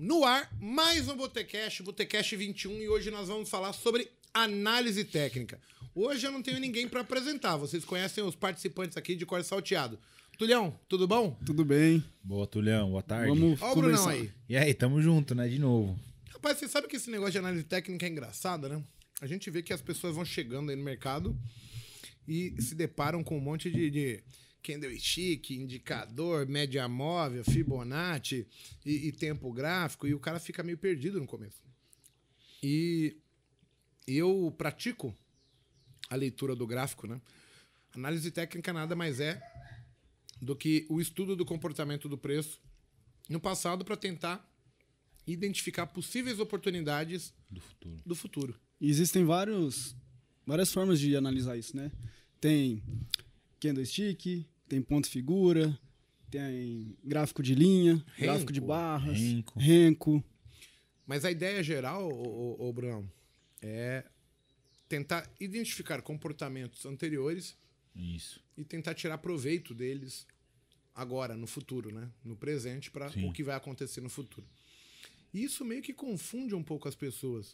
No ar, mais um Botecast, Botecast 21, e hoje nós vamos falar sobre análise técnica. Hoje eu não tenho ninguém para apresentar, vocês conhecem os participantes aqui de Cor Salteado. Tulhão, tudo bom? Tudo bem. Boa, Tulhão, boa tarde. Vamos Ó o conversar. Brunão aí. E aí, tamo junto, né, de novo. Rapaz, você sabe que esse negócio de análise técnica é engraçado, né? A gente vê que as pessoas vão chegando aí no mercado e se deparam com um monte de candlestick, indicador, média móvel, Fibonacci e tempo gráfico, e o cara fica meio perdido no começo. E eu pratico a leitura do gráfico, né? Análise técnica nada mais é do que o estudo do comportamento do preço no passado para tentar identificar possíveis oportunidades do futuro. E existem várias formas de analisar isso, né? Tem candlestick, tem ponto figura, tem gráfico de linha, gráfico de barras, renco. Mas a ideia geral, ô Bruno, é tentar identificar comportamentos anteriores. Isso. E tentar tirar proveito deles agora, no futuro, né? No presente, para o que vai acontecer no futuro. E isso meio que confunde um pouco as pessoas.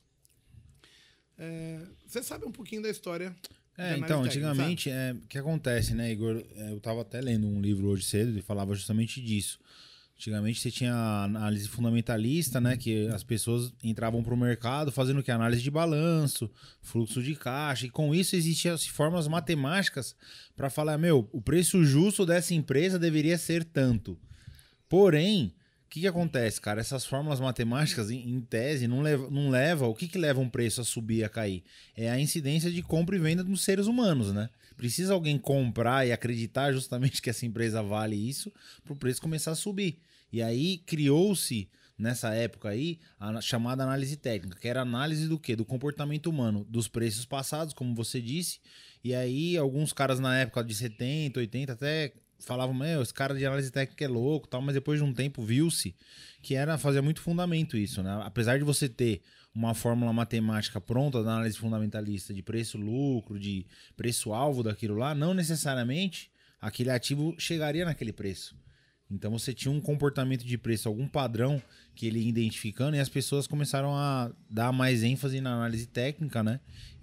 Você sabe um pouquinho da história? Então, antigamente, o que acontece, né, Igor? Eu tava até lendo um livro hoje cedo e falava justamente disso. Antigamente você tinha a análise fundamentalista, né, que as pessoas entravam para o mercado fazendo o que? Análise de balanço, fluxo de caixa, e com isso existiam formas matemáticas para falar, o preço justo dessa empresa deveria ser tanto. Porém, o que acontece, cara? Essas fórmulas matemáticas, em tese, não leva. O que leva um preço a subir e a cair? É a incidência de compra e venda dos seres humanos, né? Precisa alguém comprar e acreditar justamente que essa empresa vale isso para o preço começar a subir. E aí criou-se, nessa época aí, a chamada análise técnica, que era análise do quê? Do comportamento humano, dos preços passados, como você disse. E aí alguns caras na época de 70, 80 até falavam, esse cara de análise técnica é louco, tal, mas depois de um tempo viu-se que fazia muito fundamento isso, né? Apesar de você ter uma fórmula matemática pronta da análise fundamentalista de preço-lucro, de preço-alvo daquilo lá, não necessariamente aquele ativo chegaria naquele preço. Então você tinha um comportamento de preço, algum padrão que ele ia identificando, e as pessoas começaram a dar mais ênfase na análise técnica, né?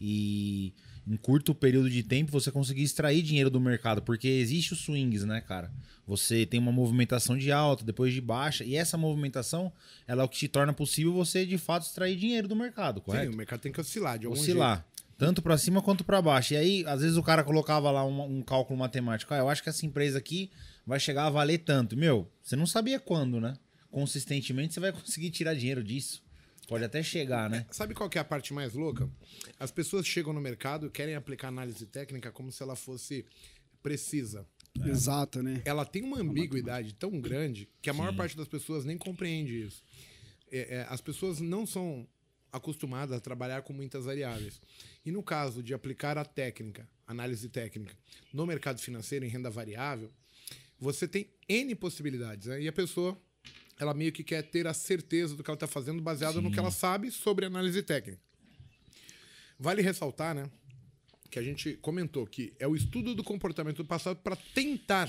E em curto período de tempo você conseguir extrair dinheiro do mercado, porque existe os swings, né, cara? Você tem uma movimentação de alta, depois de baixa, e essa movimentação ela é o que te torna possível você, de fato, extrair dinheiro do mercado, correto? Sim, o mercado tem que oscilar de algum oscilar. jeito. Tanto para cima quanto para baixo. E aí, às vezes o cara colocava lá um cálculo matemático. Eu acho que essa empresa aqui vai chegar a valer tanto. Você não sabia quando, né? Consistentemente você vai conseguir tirar dinheiro disso. Pode até chegar, né? Sabe qual que é a parte mais louca? As pessoas chegam no mercado e querem aplicar análise técnica como se ela fosse precisa. Exata, né? Ela tem uma ambiguidade tão grande que a maior parte das pessoas nem compreende isso. As pessoas não são acostumadas a trabalhar com muitas variáveis. E no caso de aplicar a técnica, análise técnica, no mercado financeiro em renda variável, você tem N possibilidades, né? E a pessoa, ela meio que quer ter a certeza do que ela está fazendo baseado no que ela sabe sobre análise técnica. Vale ressaltar, né, que a gente comentou que é o estudo do comportamento do passado para tentar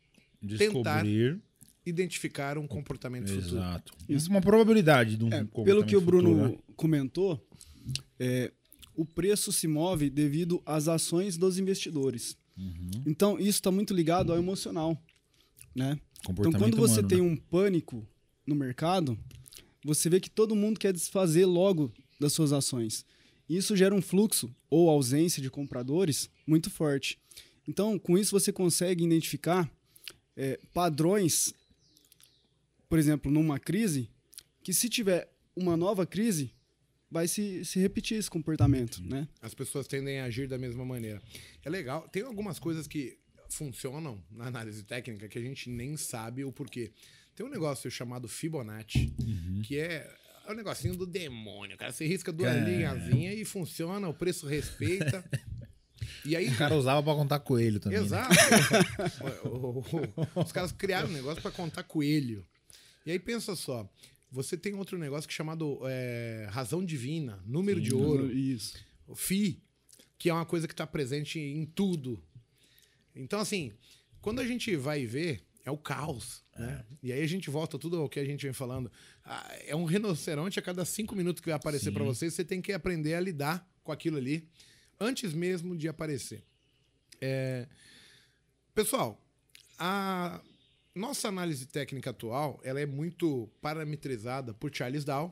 identificar um comportamento futuro. Exato. Isso é uma probabilidade de um comportamento pelo que o Bruno futuro, né? comentou, o preço se move devido às ações dos investidores. Então, isso está muito ligado ao emocional, né? Então, quando você tem um pânico no mercado, você vê que todo mundo quer desfazer logo das suas ações. Isso gera um fluxo ou ausência de compradores muito forte. Então, com isso, você consegue identificar padrões, por exemplo, numa crise, que se tiver uma nova crise, vai se repetir esse comportamento, né? As pessoas tendem a agir da mesma maneira. É legal. Tem algumas coisas que funcionam na análise técnica que a gente nem sabe o porquê. Tem um negócio chamado Fibonacci, que é um negocinho do demônio. Cara, você risca duas linhazinhas e funciona, o preço respeita. E aí, o cara usava para contar coelho também. Exato. Né? Os caras criaram um negócio para contar coelho. E aí pensa só, você tem outro negócio que é chamado razão divina, número de ouro, isso. O Fi, que é uma coisa que está presente em tudo. Então, assim, quando a gente vai ver, é o caos, né? E aí a gente volta tudo ao que a gente vem falando. É um rinoceronte a cada 5 minutos que vai aparecer para você tem que aprender a lidar com aquilo ali antes mesmo de aparecer. Pessoal, a nossa análise técnica atual, ela é muito parametrizada por Charles Dow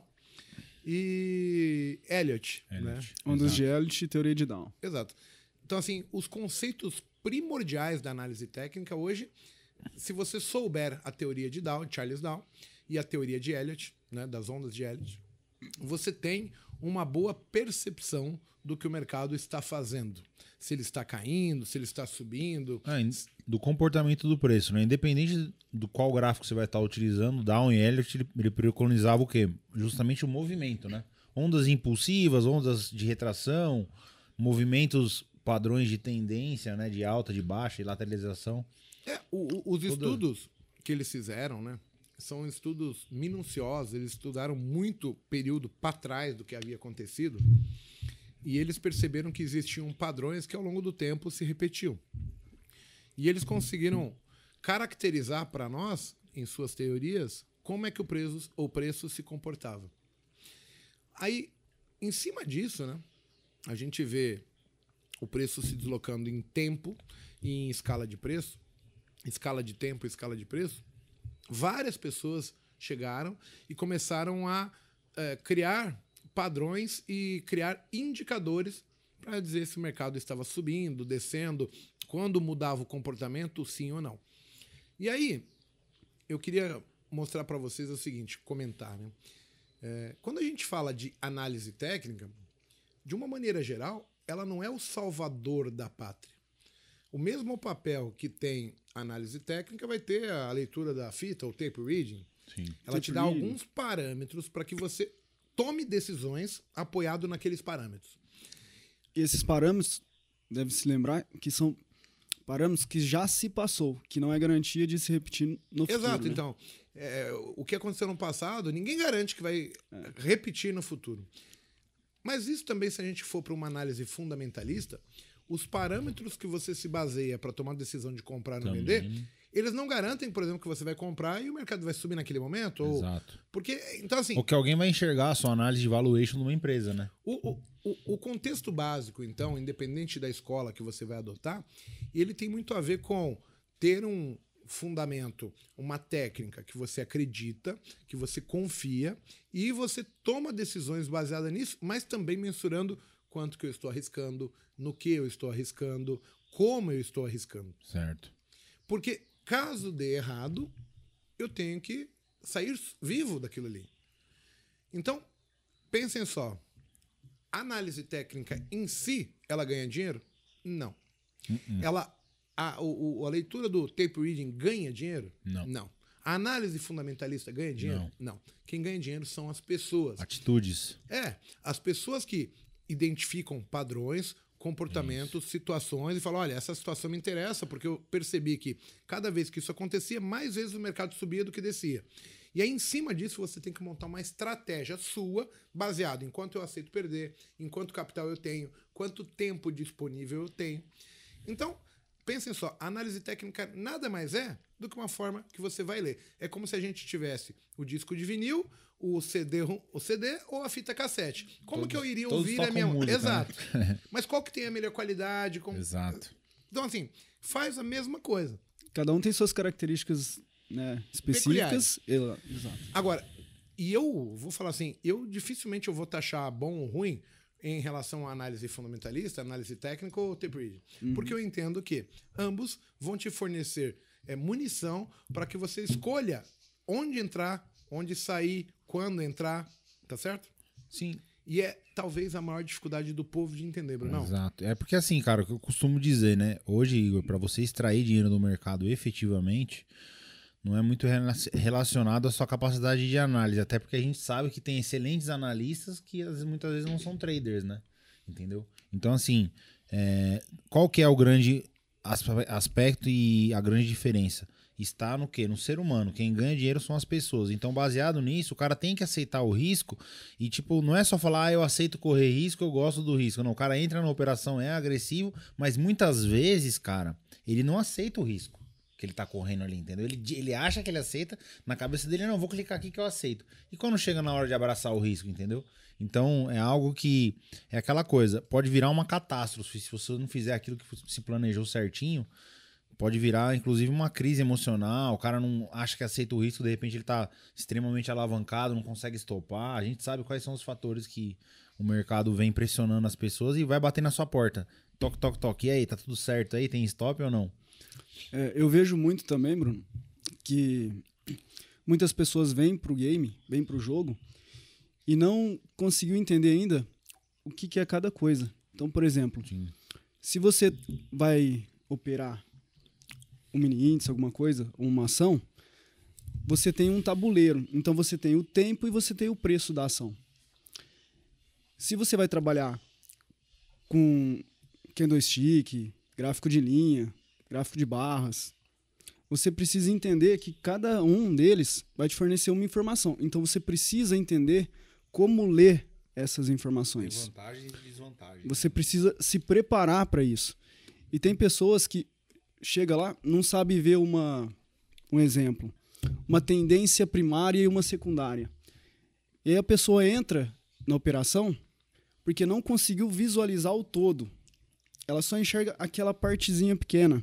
e Elliott. Né? Ondas de Elliott e teoria de Dow. Exato. Então, assim, os conceitos primordiais da análise técnica hoje, se você souber a teoria de Dow, Charles Dow, e a teoria de Elliott, né, das ondas de Elliott, você tem uma boa percepção do que o mercado está fazendo. Se ele está caindo, se ele está subindo. Do comportamento do preço, né? Independente do qual gráfico você vai estar utilizando, Dow e Elliott, ele preconizava o quê? Justamente o movimento, né? Ondas impulsivas, ondas de retração, movimentos, padrões de tendência, né? De alta, de baixa e lateralização. Os estudos que eles fizeram, né? São estudos minuciosos, eles estudaram muito período para trás do que havia acontecido e eles perceberam que existiam padrões que ao longo do tempo se repetiam. E eles conseguiram caracterizar para nós, em suas teorias, como é que o preço se comportava. Aí, em cima disso, né, a gente vê o preço se deslocando em tempo e em escala de preço, escala de tempo e escala de preço. Várias pessoas chegaram e começaram a criar padrões e criar indicadores para dizer se o mercado estava subindo, descendo, quando mudava o comportamento, sim ou não. E aí, eu queria mostrar para vocês o seguinte, comentar, né? Quando a gente fala de análise técnica, de uma maneira geral, ela não é o salvador da pátria. O mesmo papel que tem a análise técnica vai ter a leitura da fita, o tape reading. Sim. Ela te dá alguns parâmetros para que você tome decisões apoiado naqueles parâmetros. E esses parâmetros, deve se lembrar, que são parâmetros que já se passou, que não é garantia de se repetir no futuro. Exato, né? então, o que aconteceu no passado, ninguém garante que vai repetir no futuro. Mas isso também, se a gente for para uma análise fundamentalista, os parâmetros que você se baseia para tomar a decisão de comprar ou vender, eles não garantem, por exemplo, que você vai comprar e o mercado vai subir naquele momento. Exato. Porque, então, assim, ou que alguém vai enxergar a sua análise de valuation numa empresa, né? O contexto básico, então, independente da escola que você vai adotar, ele tem muito a ver com ter um fundamento, uma técnica que você acredita, que você confia e você toma decisões baseadas nisso, mas também mensurando quanto que eu estou arriscando, no que eu estou arriscando, como eu estou arriscando. Certo. Porque caso dê errado, eu tenho que sair vivo daquilo ali. Então, pensem só. A análise técnica em si, ela ganha dinheiro? Não. A leitura do tape reading ganha dinheiro? Não. A análise fundamentalista ganha dinheiro? Não. Quem ganha dinheiro são as pessoas. Atitudes. As pessoas que identificam padrões, comportamentos, situações e falam, olha, essa situação me interessa porque eu percebi que cada vez que isso acontecia, mais vezes o mercado subia do que descia. E aí, em cima disso, você tem que montar uma estratégia sua, baseada em quanto eu aceito perder, em quanto capital eu tenho, quanto tempo disponível eu tenho. Então, pensem só, a análise técnica nada mais é do que uma forma que você vai ler. É como se a gente tivesse o disco de vinil, o CD ou a fita cassete. Como que eu iria ouvir a minha música? Exato. Né? Mas qual que tem a melhor qualidade? Exato. Então, assim, faz a mesma coisa. Cada um tem suas características, né, específicas. Exato. Agora, e eu vou falar assim, dificilmente eu vou taxar bom ou ruim em relação à análise fundamentalista, análise técnica ou tape reading. Porque eu entendo que ambos vão te fornecer munição para que você escolha onde entrar, onde sair, quando entrar, tá certo? Sim. E é talvez a maior dificuldade do povo de entender, Bruno. Exato. É porque assim, cara, o que eu costumo dizer, né? Hoje, Igor, para você extrair dinheiro do mercado efetivamente, não é muito relacionado à sua capacidade de análise, até porque a gente sabe que tem excelentes analistas que muitas vezes não são traders, né? Entendeu? Então, assim, qual que é o grande aspecto e a grande diferença? Está no quê? No ser humano. Quem ganha dinheiro são as pessoas. Então, baseado nisso, o cara tem que aceitar o risco e, tipo, não é só falar, eu aceito correr risco, eu gosto do risco. Não, o cara entra na operação, é agressivo, mas muitas vezes, cara, ele não aceita o risco. que ele tá correndo ali, entendeu? Ele acha que ele aceita, na cabeça dele, não, vou clicar aqui que eu aceito. E quando chega na hora de abraçar o risco, entendeu? Então, é algo que é aquela coisa, pode virar uma catástrofe se você não fizer aquilo que se planejou certinho, pode virar, inclusive, uma crise emocional, o cara não acha que aceita o risco, de repente ele tá extremamente alavancado, não consegue estopar, a gente sabe quais são os fatores que o mercado vem pressionando as pessoas e vai bater na sua porta. Toque, toque, toque. E aí, tá tudo certo aí? Tem stop ou não? Eu vejo muito também, Bruno, que muitas pessoas vêm pro game, vêm pro jogo, e não conseguiu entender ainda o que é cada coisa. Então, por exemplo, sim, se você vai operar um mini índice, alguma coisa, uma ação, você tem um tabuleiro. Então, você tem o tempo e você tem o preço da ação. Se você vai trabalhar com candlestick, gráfico de linha, gráfico de barras, você precisa entender que cada um deles vai te fornecer uma informação. Então, você precisa entender como ler essas informações. Tem vantagens e desvantagens. Você precisa se preparar para isso. E tem pessoas que chega lá, não sabe ver um exemplo, uma tendência primária e uma secundária. E aí a pessoa entra na operação porque não conseguiu visualizar o todo. Ela só enxerga aquela partezinha pequena.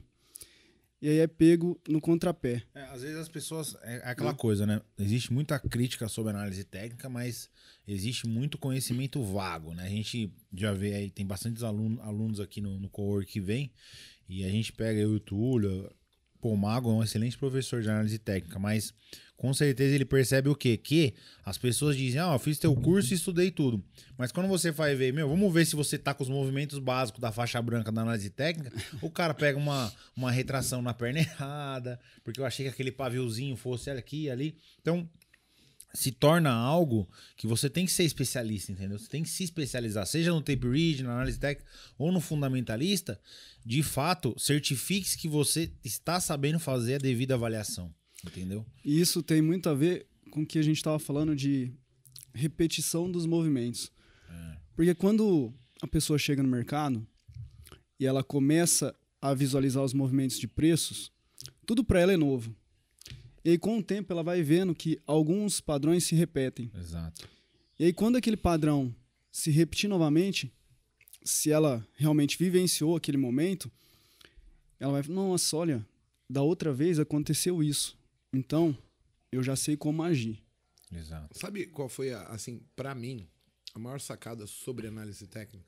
E aí é pego no contrapé. Às vezes as pessoas... É aquela coisa, né? Existe muita crítica sobre análise técnica, mas existe muito conhecimento vago, né? A gente já vê aí, tem bastantes alunos aqui no cowork que vem, e a gente pega eu e o Túlio. Pô, o Mago é um excelente professor de análise técnica, mas com certeza ele percebe o quê? Que as pessoas dizem, eu fiz teu curso e estudei tudo. Mas quando você vai ver, vamos ver se você tá com os movimentos básicos da faixa branca da análise técnica, o cara pega uma retração na perna errada, porque eu achei que aquele paviozinho fosse aqui e ali. Então, se torna algo que você tem que ser especialista, entendeu? Você tem que se especializar, seja no tape read, na análise técnica ou no fundamentalista. De fato, certifique-se que você está sabendo fazer a devida avaliação, entendeu? E isso tem muito a ver com o que a gente estava falando de repetição dos movimentos. Porque quando a pessoa chega no mercado e ela começa a visualizar os movimentos de preços, tudo para ela é novo. E aí, com o tempo, ela vai vendo que alguns padrões se repetem. Exato. E aí, quando aquele padrão se repetir novamente, se ela realmente vivenciou aquele momento, ela vai falar, nossa, olha, da outra vez aconteceu isso. Então, eu já sei como agir. Exato. Sabe qual foi, assim, para mim, a maior sacada sobre análise técnica?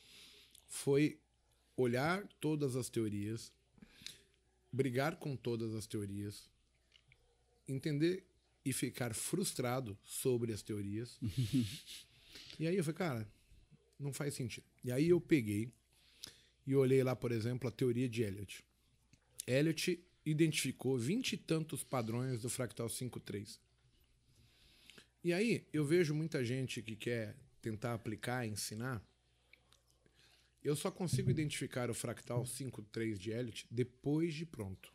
Foi olhar todas as teorias, brigar com todas as teorias, entender e ficar frustrado sobre as teorias. E aí eu falei, cara, não faz sentido. E aí eu peguei e olhei lá, por exemplo, a teoria de Elliott. Elliott identificou 20 e tantos padrões do fractal 5.3. E aí eu vejo muita gente que quer tentar aplicar, ensinar. Eu só consigo identificar o fractal 5.3 de Elliott depois de pronto.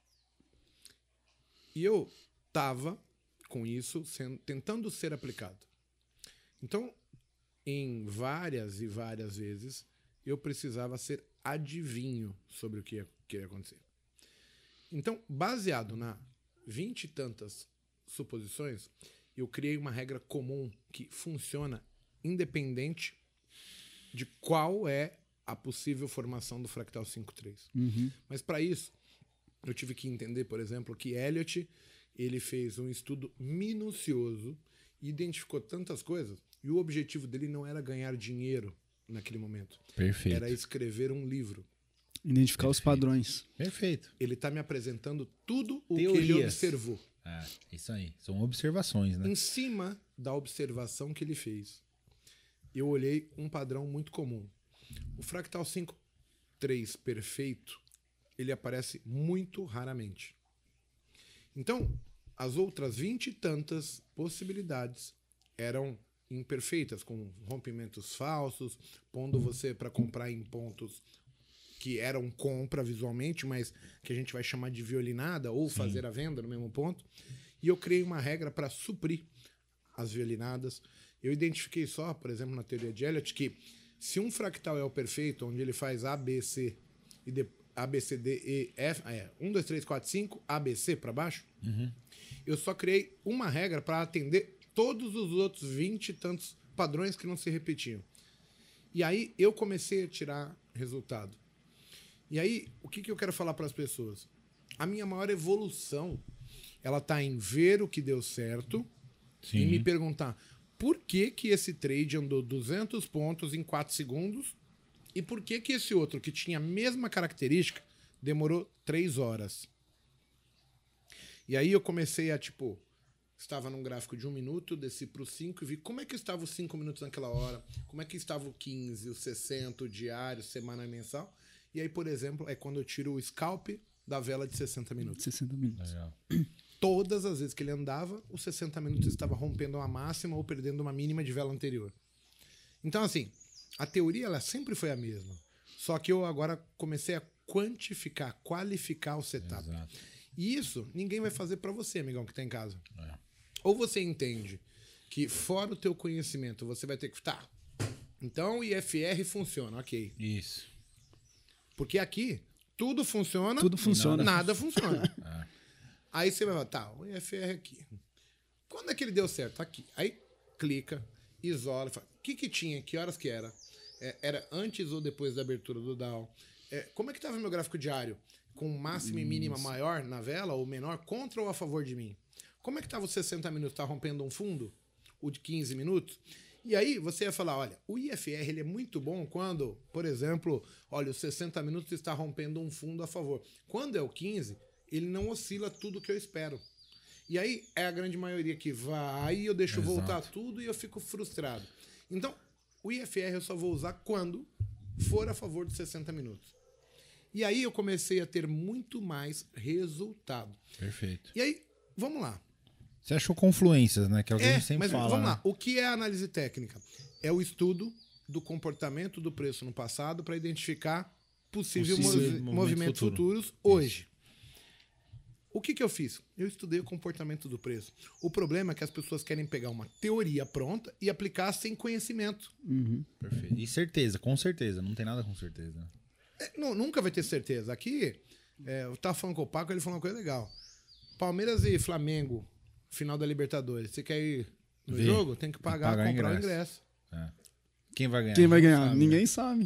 E eu estava com isso tentando ser aplicado. Então, em várias e várias vezes, eu precisava ser adivinho sobre o que ia acontecer. Então, baseado na 20 e tantas suposições, eu criei uma regra comum que funciona independente de qual é a possível formação do fractal 5.3. Mas para isso, eu tive que entender, por exemplo, que Elliott ele fez um estudo minucioso, identificou tantas coisas, e o objetivo dele não era ganhar dinheiro naquele momento. Perfeito. Era escrever um livro. Identificar os padrões. Perfeito. Ele está me apresentando tudo o Teorias. que ele observou. Isso aí. São observações, né? Em cima da observação que ele fez, eu olhei um padrão muito comum. O fractal 5.3 perfeito, ele aparece muito raramente. Então, as outras 20 e tantas possibilidades eram imperfeitas, com rompimentos falsos, pondo você para comprar em pontos que eram compra visualmente, mas que a gente vai chamar de violinada, ou fazer a venda no mesmo ponto. E eu criei uma regra para suprir as violinadas. Eu identifiquei só, por exemplo, na teoria de Elliott, que se um fractal é o perfeito, onde ele faz A, B, C, e A, B, C, D, E, F. 1, 2, 3, 4, 5, A, B, C para baixo. Eu só criei uma regra para atender todos os outros 20 e tantos padrões que não se repetiam. E aí eu comecei a tirar resultado. E aí, o que eu quero falar para as pessoas? A minha maior evolução, ela tá em ver o que deu certo e me perguntar por que esse trade andou 200 pontos em 4 segundos e por que esse outro, que tinha a mesma característica, demorou 3 horas. E aí eu comecei a, estava num gráfico de 1 minuto, desci para os 5 e vi como é que estava os 5 minutos naquela hora, como é que estava o 15, o 60, o diário, semana e mensal. E aí, por exemplo, é quando eu tiro o scalp da vela de 60 minutos. 60 minutos. Legal. Todas as vezes que ele andava, os 60 minutos estava rompendo uma máxima ou perdendo uma mínima de vela anterior. Então, assim, a teoria ela sempre foi a mesma. Só que eu agora comecei a quantificar, qualificar o setup. Exato. E isso ninguém vai fazer para você, amigão, que tá em casa. Ou você entende que fora o teu conhecimento você vai ter que... Tá, então o IFR funciona, ok. Isso. Porque aqui tudo funciona, nada funciona. Aí você vai falar, tá, o IFR aqui. Quando é que ele deu certo? Aqui. Aí clica, isola, fala, o que tinha, que horas que era? Era antes ou depois da abertura do Dow? Como é que estava o meu gráfico diário? Com máxima e mínima maior na vela ou menor, contra ou a favor de mim? Como é que estava os 60 minutos? Tá rompendo um fundo? O de 15 minutos? E aí você ia falar, olha, o IFR ele é muito bom quando, por exemplo, olha, os 60 minutos está rompendo um fundo a favor. Quando é o 15, ele não oscila tudo que eu espero. E aí é a grande maioria que vai, eu deixo voltar tudo e eu fico frustrado. Então, o IFR eu só vou usar quando for a favor dos 60 minutos. E aí eu comecei a ter muito mais resultado. Perfeito. E aí, vamos lá. Você achou confluências, né? Que é o que a gente sempre fala. Vamos lá. O que é a análise técnica? É o estudo do comportamento do preço no passado para identificar possíveis movimentos futuros hoje. O que eu fiz? Eu estudei o comportamento do preço. O problema é que as pessoas querem pegar uma teoria pronta e aplicar sem conhecimento. Perfeito. E certeza, com certeza. Não tem nada com certeza. Nunca vai ter certeza. Aqui, eu tava falando com o Paco, ele falou uma coisa legal. Palmeiras e Flamengo, final da Libertadores. Você quer ir no jogo? Tem que pagar comprar o ingresso. Quem vai ganhar? Quem vai ganhar? Ninguém sabe.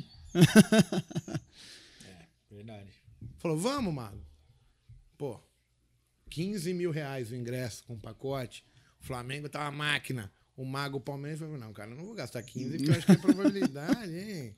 Verdade. Falou, vamos, Mago. Pô, 15 mil reais o ingresso com pacote. O Flamengo tá uma máquina. O Mago, o Palmeiras, falou, não, cara, eu não vou gastar 15 porque eu acho que é probabilidade, hein?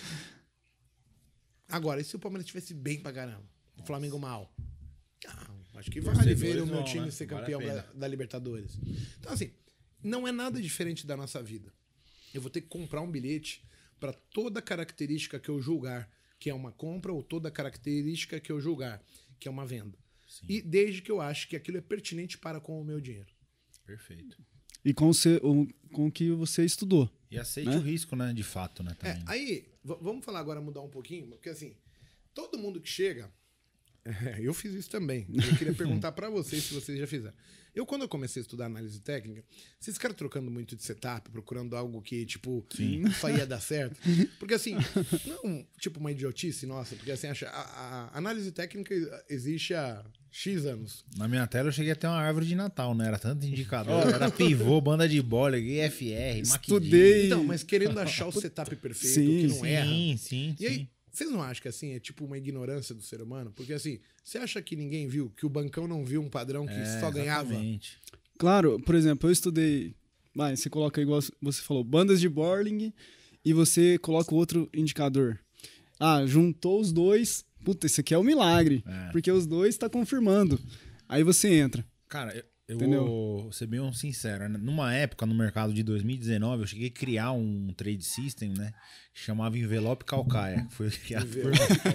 Agora, e se o Palmeiras estivesse bem pra caramba? O Flamengo mal? Acho que vale ver o meu time ser campeão da Libertadores. Então, assim, não é nada diferente da nossa vida. Eu vou ter que comprar um bilhete para toda característica que eu julgar que é uma compra ou toda característica que eu julgar que é uma venda. Sim. E desde que eu acho que aquilo é pertinente para com o meu dinheiro. Perfeito. E com o que você estudou. E aceite o risco, né? De fato, né? Também. Aí, vamos falar agora, mudar um pouquinho, porque assim, todo mundo que chega... eu fiz isso também. Eu queria perguntar para vocês se vocês já fizeram. Quando eu comecei a estudar análise técnica, vocês ficaram trocando muito de setup, procurando algo que, só ia dar certo? Porque assim, não uma idiotice nossa, porque assim, a análise técnica existe há X anos. Na minha tela eu cheguei a ter uma árvore de Natal, né? Era tanto indicador, era pivô, banda de bola, IFR, estudei. Então, mas querendo achar o setup perfeito, que não erra. Sim. E aí, vocês não acham que assim é tipo uma ignorância do ser humano? Porque assim, você acha que ninguém viu, que o bancão não viu um padrão que só ganhava? Exatamente. Claro, por exemplo, eu estudei... você coloca, igual você falou, bandas de Bollinger e você coloca outro indicador. Juntou os dois, puta, isso aqui é um milagre, porque os dois tá confirmando. Aí você entra. Cara, eu vou ser bem sincero. Numa época, no mercado de 2019, eu cheguei a criar um trade system, né? Que chamava Envelope Calcaia. Foi criado por...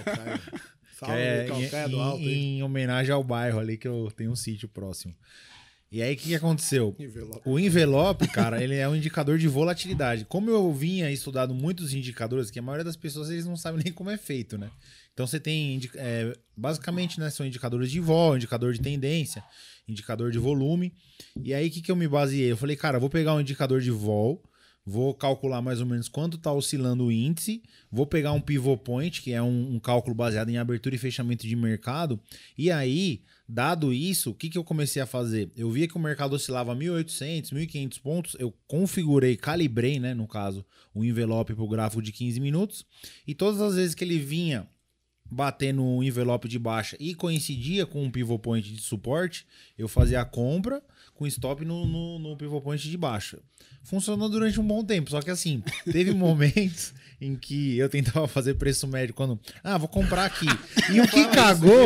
Salve, Calcaia do Alto. Em homenagem ao bairro ali, que eu tenho um sítio próximo. E aí, o que aconteceu? O envelope, cara, ele é um indicador de volatilidade. Como eu vinha estudado muitos indicadores, que a maioria das pessoas eles não sabem nem como é feito, né? Então você tem, basicamente, né, são indicadores de vol, indicador de tendência, indicador de volume. E aí, o que eu me baseei? Eu falei, cara, eu vou pegar um indicador de vol, vou calcular mais ou menos quanto está oscilando o índice, vou pegar um pivot point, que é um cálculo baseado em abertura e fechamento de mercado, e aí, dado isso, o que eu comecei a fazer? Eu via que o mercado oscilava 1.800, 1.500 pontos, eu configurei, calibrei, né, no caso, o envelope para o gráfico de 15 minutos, e todas as vezes que ele vinha bater no envelope de baixa e coincidia com um pivot point de suporte, eu fazia a compra com stop no pivot point de baixa. Funcionou durante um bom tempo, só que assim, teve momentos em que eu tentava fazer preço médio quando, vou comprar aqui. E o que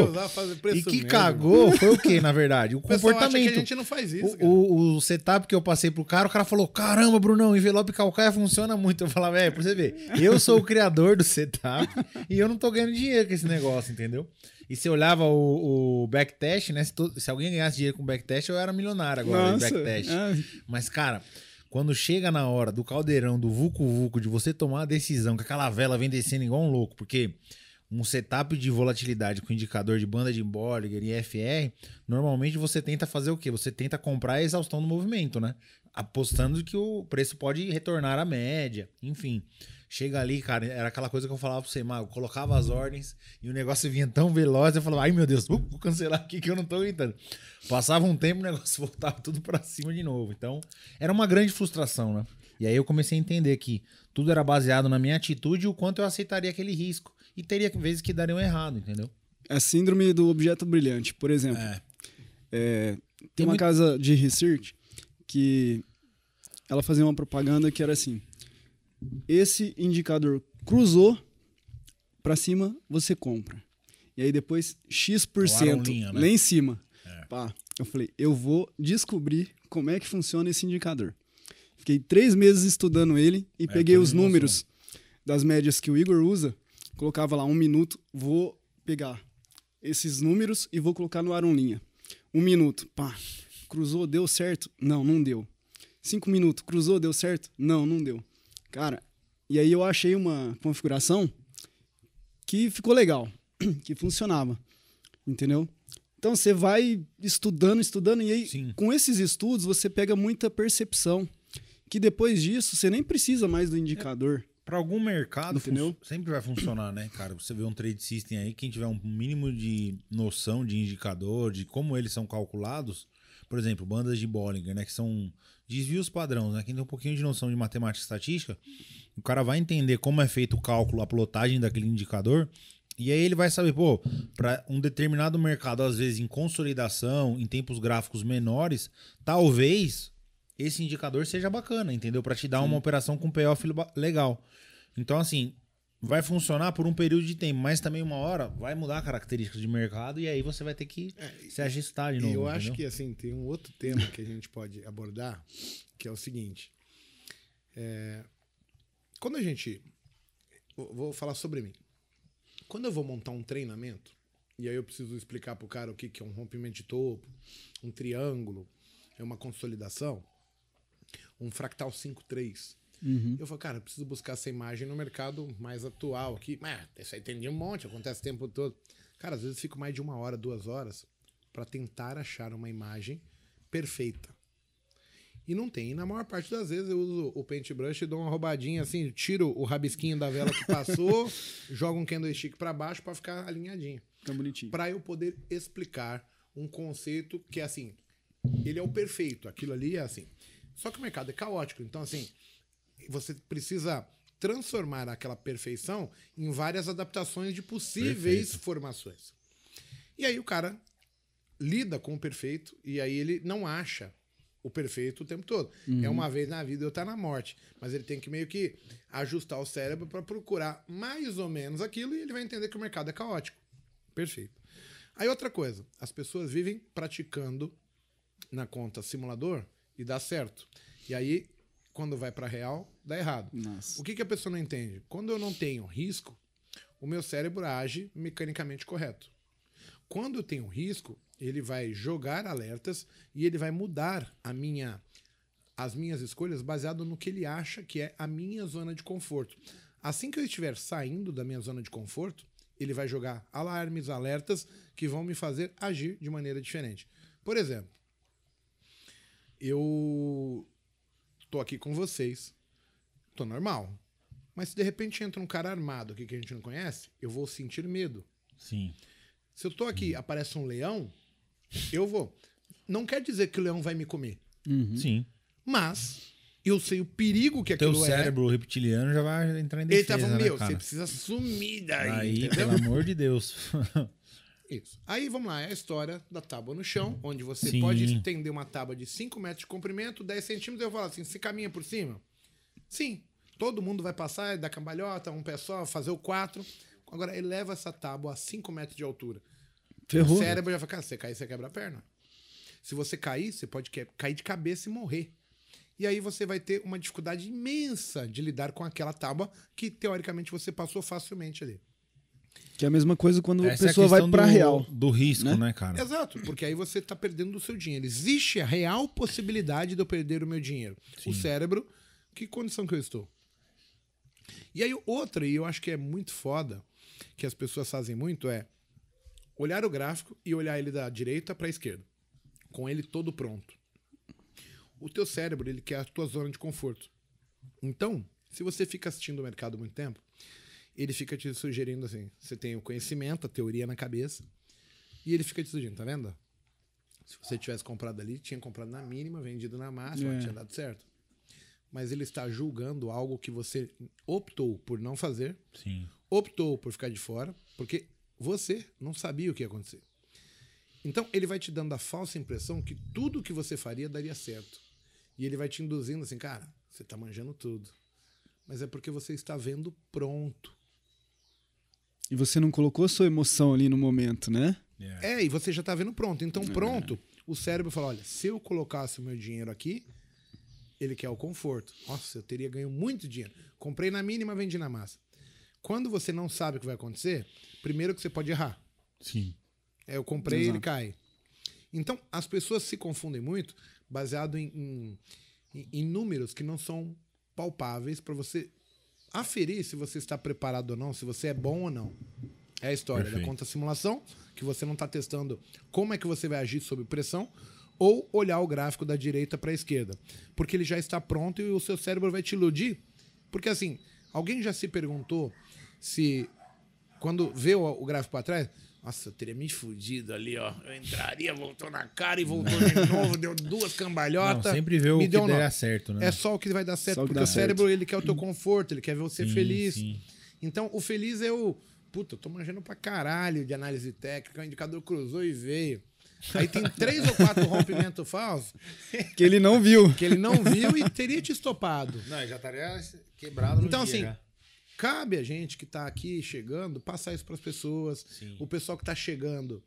cagou foi o que, na verdade? O comportamento. Acha que a gente não faz isso, o setup que eu passei pro cara, o cara falou, caramba, Brunão, envelope calcaia funciona muito. Eu falava, pra você ver, eu sou o criador do setup e eu não tô ganhando dinheiro com esse negócio, entendeu? E se eu olhava o backtest, né? Se alguém ganhasse dinheiro com backtest, eu era milionário agora em backtest. Mas, cara, quando chega na hora do caldeirão, do vucu-vucu, de você tomar a decisão, que aquela vela vem descendo igual um louco, porque um setup de volatilidade com indicador de banda de Bollinger e FR, normalmente você tenta fazer o quê? Você tenta comprar a exaustão do movimento, né? Apostando que o preço pode retornar à média, enfim. Chega ali, cara, era aquela coisa que eu falava pra você, Mago, colocava as ordens e o negócio vinha tão veloz, eu falava, ai meu Deus, vou cancelar aqui que eu não tô aguentando. Passava um tempo, o negócio voltava tudo pra cima de novo. Então, era uma grande frustração, né? E aí eu comecei a entender que tudo era baseado na minha atitude e o quanto eu aceitaria aquele risco. E teria vezes que dariam errado, entendeu? É síndrome do objeto brilhante, por exemplo. Tem uma casa de research que ela fazia uma propaganda que era assim: esse indicador cruzou para cima, você compra. E aí depois X% né? Lá em cima. Pá, eu falei, eu vou descobrir como é que funciona esse indicador. Fiquei 3 meses estudando ele e peguei os números das médias que o Igor usa, colocava lá 1 minuto, vou pegar esses números e vou colocar no Aron Linha. 1 minuto, pá, cruzou, deu certo? Não, não deu. 5 minutos, cruzou, deu certo? Não, não deu. Cara, e aí eu achei uma configuração que ficou legal, que funcionava, entendeu? Então você vai estudando, e aí com esses estudos você pega muita percepção, que depois disso você nem precisa mais do indicador. Para algum mercado sempre vai funcionar, né, cara? Você vê um trade system aí, quem tiver um mínimo de noção de indicador, de como eles são calculados, por exemplo, bandas de Bollinger, né, que são desvios padrão, né? Quem tem um pouquinho de noção de matemática e estatística, o cara vai entender como é feito o cálculo, a plotagem daquele indicador, e aí ele vai saber, para um determinado mercado, às vezes em consolidação, em tempos gráficos menores, talvez esse indicador seja bacana, entendeu? Para te dar uma operação com payoff legal. Então, assim, vai funcionar por um período de tempo, mas também uma hora vai mudar características de mercado e aí você vai ter que se ajustar de novo. Eu acho que assim, tem um outro tema que a gente pode abordar, que é o seguinte. Quando a gente... Vou falar sobre mim. Quando eu vou montar um treinamento, e aí eu preciso explicar pro cara o que é um rompimento de topo, um triângulo, uma consolidação, um fractal 5-3. Eu falo, cara, eu preciso buscar essa imagem no mercado mais atual aqui. Isso aí tem um monte, acontece o tempo todo. Cara, às vezes eu fico mais de 1 hora, 2 horas para tentar achar uma imagem perfeita. E não tem. E na maior parte das vezes eu uso o paintbrush e dou uma roubadinha assim, tiro o rabisquinho da vela que passou, jogo um candlestick para baixo para ficar alinhadinho. Fica bonitinho. Para eu poder explicar um conceito que é assim, ele é o perfeito, aquilo ali é assim. Só que o mercado é caótico, então assim, você precisa transformar aquela perfeição em várias adaptações de possíveis formações. E aí o cara lida com o perfeito e aí ele não acha o perfeito o tempo todo. É uma vez na vida ou tá na morte. Mas ele tem que meio que ajustar o cérebro para procurar mais ou menos aquilo e ele vai entender que o mercado é caótico. Perfeito. Aí outra coisa, as pessoas vivem praticando na conta simulador e dá certo. E aí, quando vai para real, dá errado. Nossa. O que a pessoa não entende? Quando eu não tenho risco, o meu cérebro age mecanicamente correto. Quando eu tenho risco, ele vai jogar alertas e ele vai mudar as minhas escolhas baseado no que ele acha que é a minha zona de conforto. Assim que eu estiver saindo da minha zona de conforto, ele vai jogar alarmes, alertas que vão me fazer agir de maneira diferente. Por exemplo, eu tô aqui com vocês, tô normal. Mas se de repente entra um cara armado aqui que a gente não conhece, eu vou sentir medo. Sim. Se eu tô aqui, aparece um leão, eu vou. Não quer dizer que o leão vai me comer. Sim. Mas eu sei o perigo que aquilo Teu cérebro reptiliano já vai entrar em defesa, Ele tá falando, né, você precisa sumir daí, aí, entendeu? pelo amor de Deus. Isso. Aí, vamos lá, é a história da tábua no chão, onde você Sim. pode estender uma tábua de 5 metros de comprimento, 10 centímetros, eu falo assim, você caminha por cima? Sim. Todo mundo vai passar, dar cambalhota, um pé só, fazer o 4. Agora, ele leva essa tábua a 5 metros de altura. Ferrou. O cérebro já fala, cara, se você cair, você quebra a perna. Se você cair, você pode cair de cabeça e morrer. E aí você vai ter uma dificuldade imensa de lidar com aquela tábua que, teoricamente, você passou facilmente ali. Que é a mesma coisa quando Essa a pessoa vai pra real. Do risco, né, cara? Exato, porque aí você tá perdendo o seu dinheiro. Existe a real possibilidade de eu perder o meu dinheiro. Sim. O cérebro, que condição que eu estou? E aí outra, e eu acho que é muito foda, que as pessoas fazem muito, é olhar o gráfico e olhar ele da direita para a esquerda, com ele todo pronto. O teu cérebro, ele quer a tua zona de conforto. Então, se você fica assistindo o mercado muito tempo, ele fica te sugerindo assim, você tem o conhecimento, a teoria na cabeça, e ele fica te sugerindo, tá vendo? Se você tivesse comprado ali, tinha comprado na mínima, vendido na máxima, tinha dado certo. Mas ele está julgando algo que você optou por não fazer, Sim. optou por ficar de fora, porque você não sabia o que ia acontecer. Então, ele vai te dando a falsa impressão que tudo que você faria daria certo. E ele vai te induzindo assim, cara, você tá manjando tudo. Mas é porque você está vendo pronto. E você não colocou a sua emoção ali no momento, né? É, e você já tá vendo pronto. Então, pronto, o cérebro fala, olha, se eu colocasse o meu dinheiro aqui, ele quer o conforto. Nossa, eu teria ganho muito dinheiro. Comprei na mínima, vendi na massa. Quando você não sabe o que vai acontecer, primeiro que você pode errar. Sim. Eu comprei e ele cai. Então, as pessoas se confundem muito baseado em números que não são palpáveis para você aferir se você está preparado ou não, se você é bom ou não. É a história da contra-simulação, que você não está testando como é que você vai agir sob pressão, ou olhar o gráfico da direita para a esquerda. Porque ele já está pronto e o seu cérebro vai te iludir. Porque assim, alguém já se perguntou se, quando vê o gráfico para trás, nossa, eu teria me fudido ali, ó. Eu entraria, voltou na cara e voltou de novo, deu 2 cambalhotas. Não, sempre vê o que der certo, né? É só o que vai dar certo, Só o que porque dá o cérebro, certo. ele quer o teu conforto, ele quer ver você feliz. Sim. Então, o feliz é o... Puta, eu tô manjando pra caralho de análise técnica, o indicador cruzou e veio. Aí tem 3 ou 4 rompimentos falsos Que ele não viu. que ele não viu e teria te estopado. Não, já estaria quebrado no Então, dia, assim, já. cabe a gente que tá aqui chegando, passar isso pras pessoas, Sim. o pessoal que tá chegando,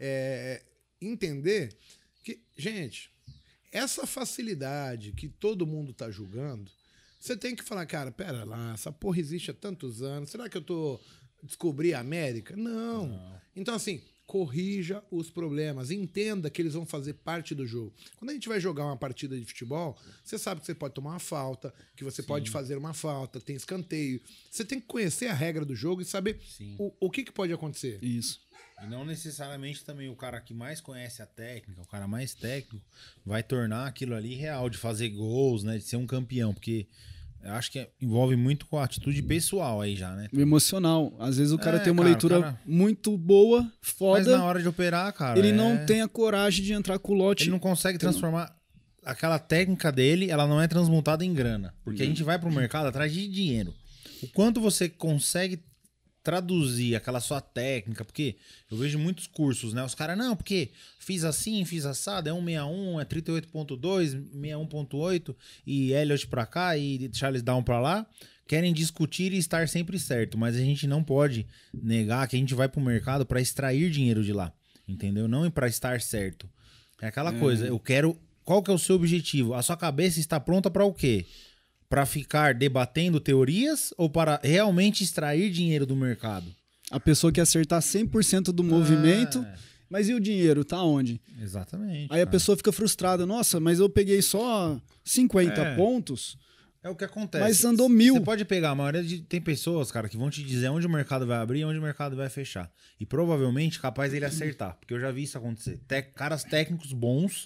entender que, gente, essa facilidade que todo mundo tá julgando, você tem que falar, cara, pera lá, essa porra existe há tantos anos, será que eu descobri a América? Não. Então, assim, corrija os problemas, entenda que eles vão fazer parte do jogo. Quando a gente vai jogar uma partida de futebol, você sabe que você pode tomar uma falta, que você pode fazer uma falta, tem escanteio. Você tem que conhecer a regra do jogo e saber o que pode acontecer. Isso. E não necessariamente também o cara que mais conhece a técnica, o cara mais técnico, vai tornar aquilo ali real, de fazer gols, né? De ser um campeão, porque eu acho que envolve muito com a atitude pessoal aí já, né? O emocional. Às vezes o cara tem uma cara, leitura o cara- muito boa, foda. Mas na hora de operar, cara, Ele não tem a coragem de entrar com o lote. Ele não consegue transformar aquela técnica dele, ela não é transmutada em grana. Porque a gente vai pro mercado atrás de dinheiro. O quanto você consegue traduzir aquela sua técnica, porque eu vejo muitos cursos, né? Os caras, não, porque fiz assim, fiz assado, é 161, é 38.2, 61.8 e Elliott pra cá e Charles Down pra lá, querem discutir e estar sempre certo, mas a gente não pode negar que a gente vai pro mercado pra extrair dinheiro de lá, entendeu? Não pra estar certo. É aquela coisa, eu quero... Qual que é o seu objetivo? A sua cabeça está pronta pra o quê? Para ficar debatendo teorias ou para realmente extrair dinheiro do mercado? A pessoa quer acertar 100% do movimento, mas e o dinheiro? Tá onde? Exatamente. Aí a pessoa fica frustrada. Nossa, mas eu peguei só 50 pontos, É o que acontece. mas andou 1000. Você pode pegar, a maioria tem pessoas, cara, que vão te dizer onde o mercado vai abrir e onde o mercado vai fechar. E provavelmente capaz dele acertar, porque eu já vi isso acontecer. Caras técnicos bons,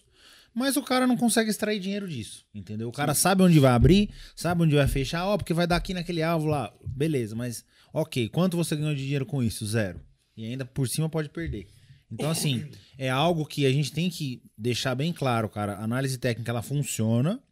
mas o cara não consegue extrair dinheiro disso, entendeu? O cara sabe onde vai abrir, sabe onde vai fechar, porque vai dar aqui naquele alvo lá. Beleza, mas ok, quanto você ganhou de dinheiro com isso? 0. E ainda por cima pode perder. Então, assim, é algo que a gente tem que deixar bem claro, cara. A análise técnica, ela funciona,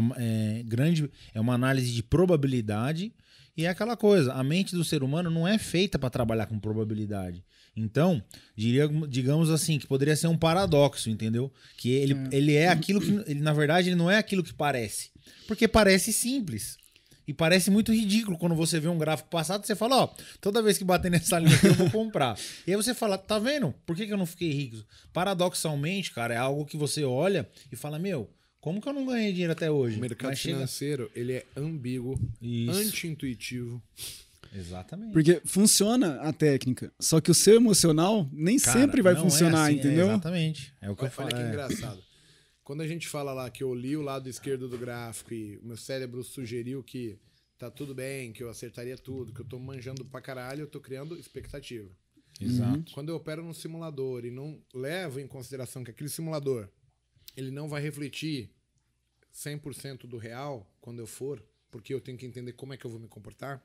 é uma análise de probabilidade, e é aquela coisa, a mente do ser humano não é feita para trabalhar com probabilidade. Então, digamos assim, que poderia ser um paradoxo, entendeu? Que ele é aquilo que, na verdade, ele não é aquilo que parece. Porque parece simples. E parece muito ridículo quando você vê um gráfico passado, você fala, toda vez que bater nessa linha aqui eu vou comprar. E aí você fala, tá vendo? Por que eu não fiquei rico? Paradoxalmente, cara, é algo que você olha e fala, como que eu não ganhei dinheiro até hoje? O mercado financeiro, ele é ambíguo, anti-intuitivo. Exatamente. Porque funciona a técnica, só que o seu emocional nem sempre vai funcionar, assim, entendeu? Exatamente. É o que eu falo. Olha que engraçado. Quando a gente fala lá que eu li o lado esquerdo do gráfico e o meu cérebro sugeriu que tá tudo bem, que eu acertaria tudo, que eu tô manjando pra caralho, eu tô criando expectativa. Exato. Quando eu opero num simulador e não levo em consideração que aquele simulador ele não vai refletir 100% do real quando eu for, porque eu tenho que entender como é que eu vou me comportar,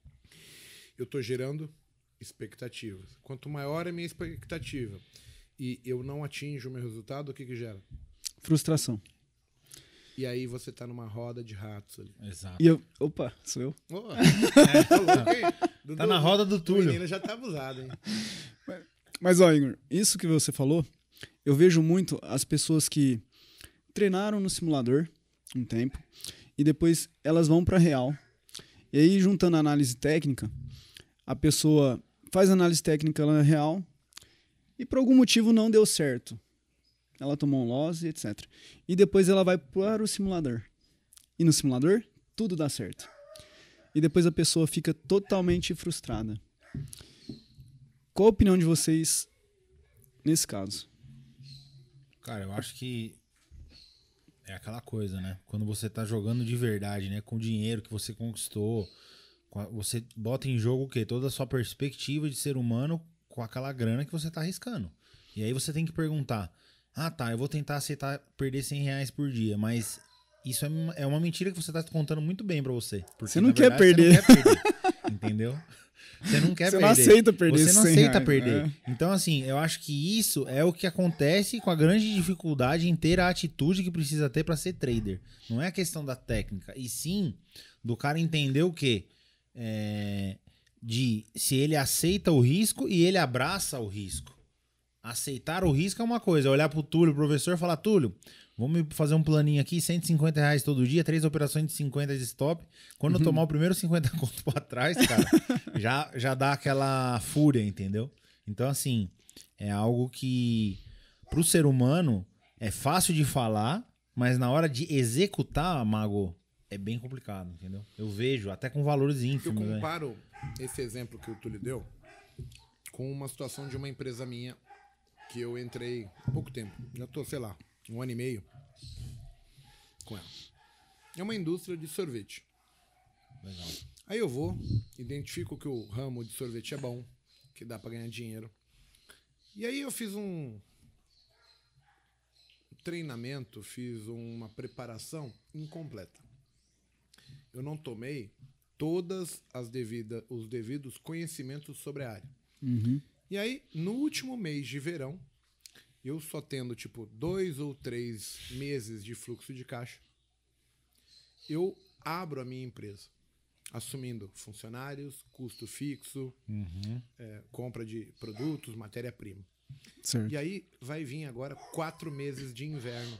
eu tô gerando expectativas. Quanto maior é a minha expectativa e eu não atinjo o meu resultado, o que gera? Frustração. E aí você tá numa roda de ratos ali. Exato. E eu... Opa, sou eu. Tá louco, hein? Tá na roda do Túlio. O menino já tá abusado, hein? Mas, Igor, isso que você falou, eu vejo muito as pessoas que treinaram no simulador um tempo e depois elas vão pra real. E aí, juntando a análise técnica, a pessoa faz a análise técnica na real e por algum motivo não deu certo. Ela tomou um loss e etc. E depois ela vai para o simulador. E no simulador, tudo dá certo. E depois a pessoa fica totalmente frustrada. Qual a opinião de vocês nesse caso? Cara, eu acho que é aquela coisa, né? Quando você tá jogando de verdade, né? Com o dinheiro que você conquistou, você bota em jogo o quê? Toda a sua perspectiva de ser humano com aquela grana que você tá arriscando. E aí você tem que perguntar... eu vou tentar aceitar perder R$100 por dia, mas isso é uma mentira que você tá contando muito bem pra você. Porque, você não quer perder. Você não quer perder, entendeu? Você não quer perder. Você não aceita perder. Você não aceita perder. Então, assim, eu acho que isso é o que acontece com a grande dificuldade em ter a atitude que precisa ter pra ser trader. Não é a questão da técnica, e sim do cara entender o quê? De se ele aceita o risco e ele abraça o risco. Aceitar o risco é uma coisa, olhar pro Túlio, professor, e falar, Túlio, vamos fazer um planinho aqui, R$150 todo dia, 3 operações de 50 de stop. Quando eu tomar o primeiro 50 conto pra trás, cara, já dá aquela fúria, entendeu? Então, assim, é algo que pro ser humano é fácil de falar, mas na hora de executar, Mago, é bem complicado, entendeu? Eu vejo, até com valores ínfimos. Eu comparo esse exemplo que o Túlio deu com uma situação de uma empresa minha que eu entrei há pouco tempo. Já tô, 1 ano e meio com ela. É uma indústria de sorvete. Legal. Aí eu vou, identifico que o ramo de sorvete é bom, que dá pra ganhar dinheiro. E aí eu fiz um treinamento, fiz uma preparação incompleta. Eu não tomei todas os devidos conhecimentos sobre a área. Uhum. E aí, no último mês de verão, eu só tendo, 2 ou 3 meses de fluxo de caixa, eu abro a minha empresa, assumindo funcionários, custo fixo, compra de produtos, matéria-prima. Certo. E aí, vai vir agora 4 meses de inverno.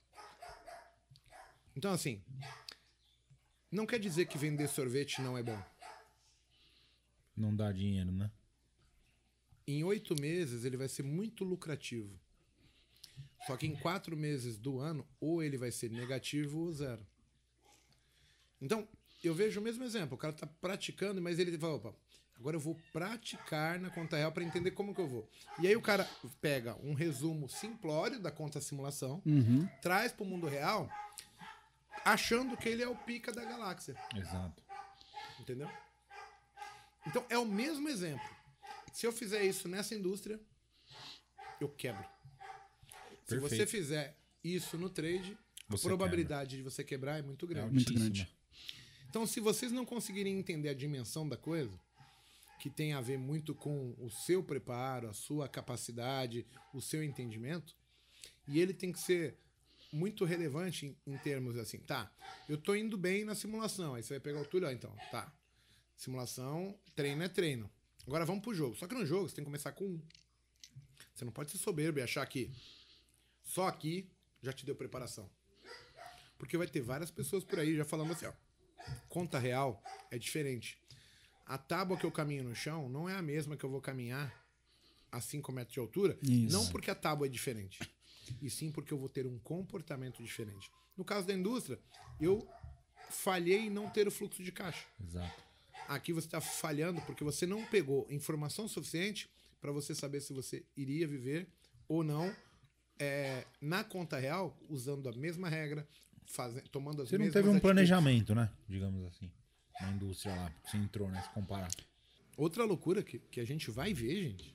Então, assim, não quer dizer que vender sorvete não é bom. Não dá dinheiro, né? Em 8 meses ele vai ser muito lucrativo. Só que em 4 meses do ano, ou ele vai ser negativo ou 0. Então, eu vejo o mesmo exemplo. O cara tá praticando, mas ele fala, opa, agora eu vou praticar na conta real para entender como que eu vou. E aí o cara pega um resumo simplório da conta simulação, traz pro mundo real, achando que ele é o pica da galáxia. Exato. Entendeu? Então, é o mesmo exemplo. Se eu fizer isso nessa indústria, eu quebro. Se Perfeito. você fizer isso no trade, a probabilidade de você quebrar é muito grande. Muito grande. Então, se vocês não conseguirem entender a dimensão da coisa, que tem a ver muito com o seu preparo, a sua capacidade, o seu entendimento, e ele tem que ser muito relevante em termos assim, tá, eu tô indo bem na simulação, aí você vai pegar o Túlio, então, tá, simulação, treino é treino. Agora vamos pro jogo. Só que no jogo você tem que começar com 1. Você não pode ser soberbo e achar que só aqui já te deu preparação. Porque vai ter várias pessoas por aí já falando assim, ó, conta real é diferente. A tábua que eu caminho no chão não é a mesma que eu vou caminhar a 5 metros de altura. Isso. Não porque a tábua é diferente, e sim porque eu vou ter um comportamento diferente. No caso da indústria, eu falhei em não ter o fluxo de caixa. Exato. Aqui você está falhando porque você não pegou informação suficiente para você saber se você iria viver ou não na conta real, usando a mesma regra, tomando as mesmas Você não teve um planejamento, né? Digamos assim. Na indústria lá, porque você entrou, né? Se comparar. Outra loucura que a gente vai ver, gente,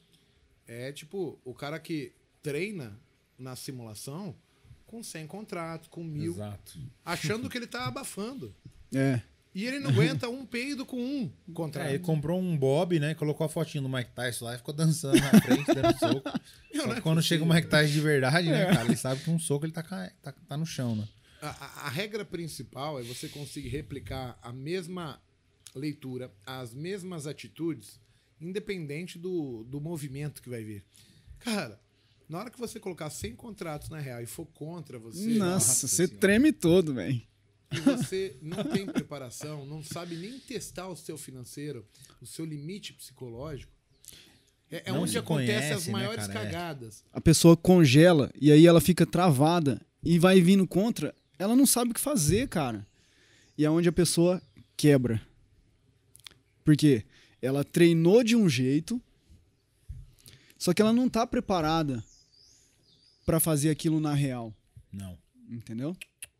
é tipo o cara que treina na simulação com 100 contratos, com 1000, Exato. achando que ele tá abafando. É. E ele não aguenta um peido com um contrato. Ele comprou um Bob, né? Colocou a fotinho do Mike Tyson lá e ficou dançando na frente, dando soco. Só que quando chega o Mike Tyson de verdade, né, cara? Ele sabe que um soco ele tá no chão, né? A regra principal é você conseguir replicar a mesma leitura, as mesmas atitudes, independente do movimento que vai vir. Cara, na hora que você colocar 100 contratos na real e for contra você... Nossa, você treme todo, velho. E você não tem preparação, não sabe nem testar o seu financeiro, o seu limite psicológico, é onde acontecem as maiores cagadas. A pessoa congela e aí ela fica travada e vai vindo contra... Ela não sabe o que fazer, cara. E é onde a pessoa quebra. Porque ela treinou de um jeito, só que ela não tá preparada para fazer aquilo na real. Não. Entendeu?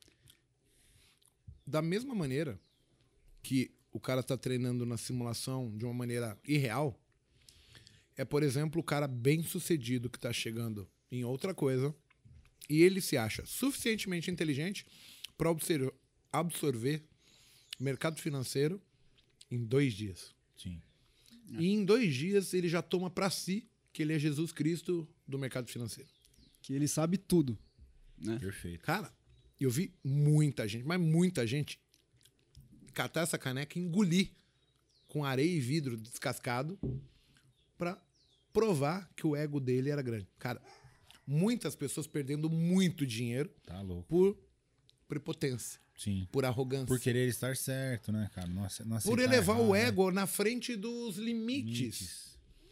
Da mesma maneira que o cara tá treinando na simulação de uma maneira irreal, é, por exemplo, o cara bem sucedido que tá chegando em outra coisa, e ele se acha suficientemente inteligente para absorver mercado financeiro em 2 dias. Sim. E em 2 dias ele já toma para si que ele é Jesus Cristo do mercado financeiro. Que ele sabe tudo, né? Perfeito. Cara, eu vi muita gente, mas muita gente, catar essa caneca e engolir com areia e vidro descascado para provar que o ego dele era grande. Cara, muitas pessoas perdendo muito dinheiro por prepotência. Sim. Por arrogância. Por querer estar certo, né, cara? Não por elevar o ego na frente dos limites.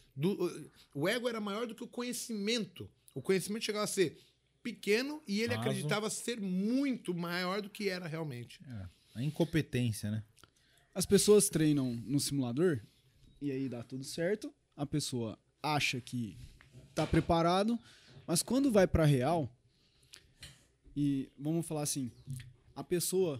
O ego era maior do que o conhecimento. O conhecimento chegava a ser pequeno e ele acreditava ser muito maior do que era realmente. A incompetência, né? As pessoas treinam no simulador e aí dá tudo certo. A pessoa acha que tá preparado, mas quando vai pra real, e vamos falar assim, a pessoa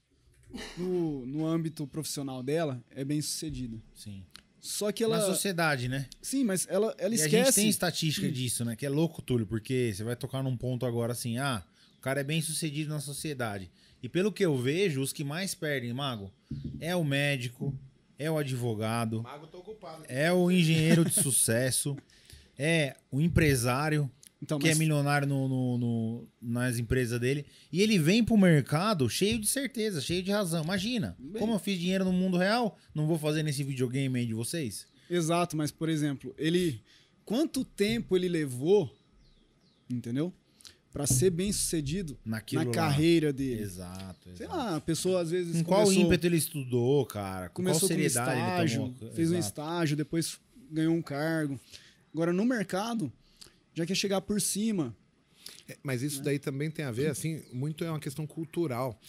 no âmbito profissional dela é bem sucedida. Sim. Só que ela... Na sociedade, né? Sim, mas ela esquece... E a gente tem estatística disso, né? Que é louco, Túlio, porque você vai tocar num ponto agora assim, o cara é bem sucedido na sociedade. E pelo que eu vejo, os que mais perdem, Mago, é o médico, é o advogado, Mago, tô ocupado. É o engenheiro de sucesso, é o empresário, então, que é milionário nas empresas dele. E ele vem pro mercado cheio de certeza, cheio de razão. Imagina, como eu fiz dinheiro no mundo real, não vou fazer nesse videogame aí de vocês? Exato, mas, por exemplo, quanto tempo ele levou, entendeu? Pra ser bem sucedido na carreira dele. Exato. Sei lá, a pessoa às vezes. Com qual ímpeto ele estudou, cara? Com começou qual seriedade com um estágio, ele tomou? fez um estágio, depois ganhou um cargo. Agora, no mercado, já quer chegar por cima. Mas isso daí também tem a ver, assim, muito é uma questão cultural.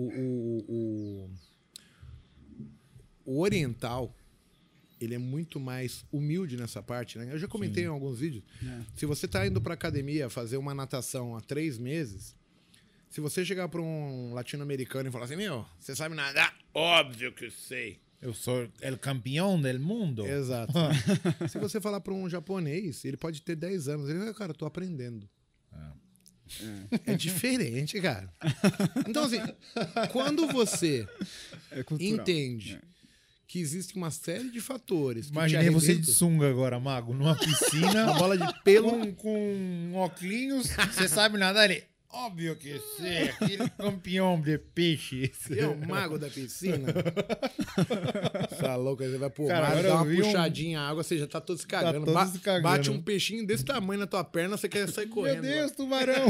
O oriental, ele é muito mais humilde nessa parte, né? Eu já comentei em alguns vídeos. Se você tá indo pra academia fazer uma natação há 3 meses, se você chegar pra um latino-americano e falar assim, você sabe nadar? Óbvio que eu sei. Eu sou o campeão do mundo. Exato. Se você falar pra um japonês, ele pode ter 10 anos. Ele vai, cara, tô aprendendo. É diferente, cara. Então, assim, quando você entende que existe uma série de fatores... Imaginei você de sunga agora, Mago, numa piscina, uma bola de pelo com um óculos, você sabe nadar ali. Óbvio que sim, aquele campeão de peixe. Você é o mago da piscina? Tá louco, você vai pro mar, dá uma puxadinha, a água, você já tá todo se cagando. Tá todo se cagando. Bate um peixinho desse tamanho na tua perna, você quer sair correndo. Meu Deus, tubarão!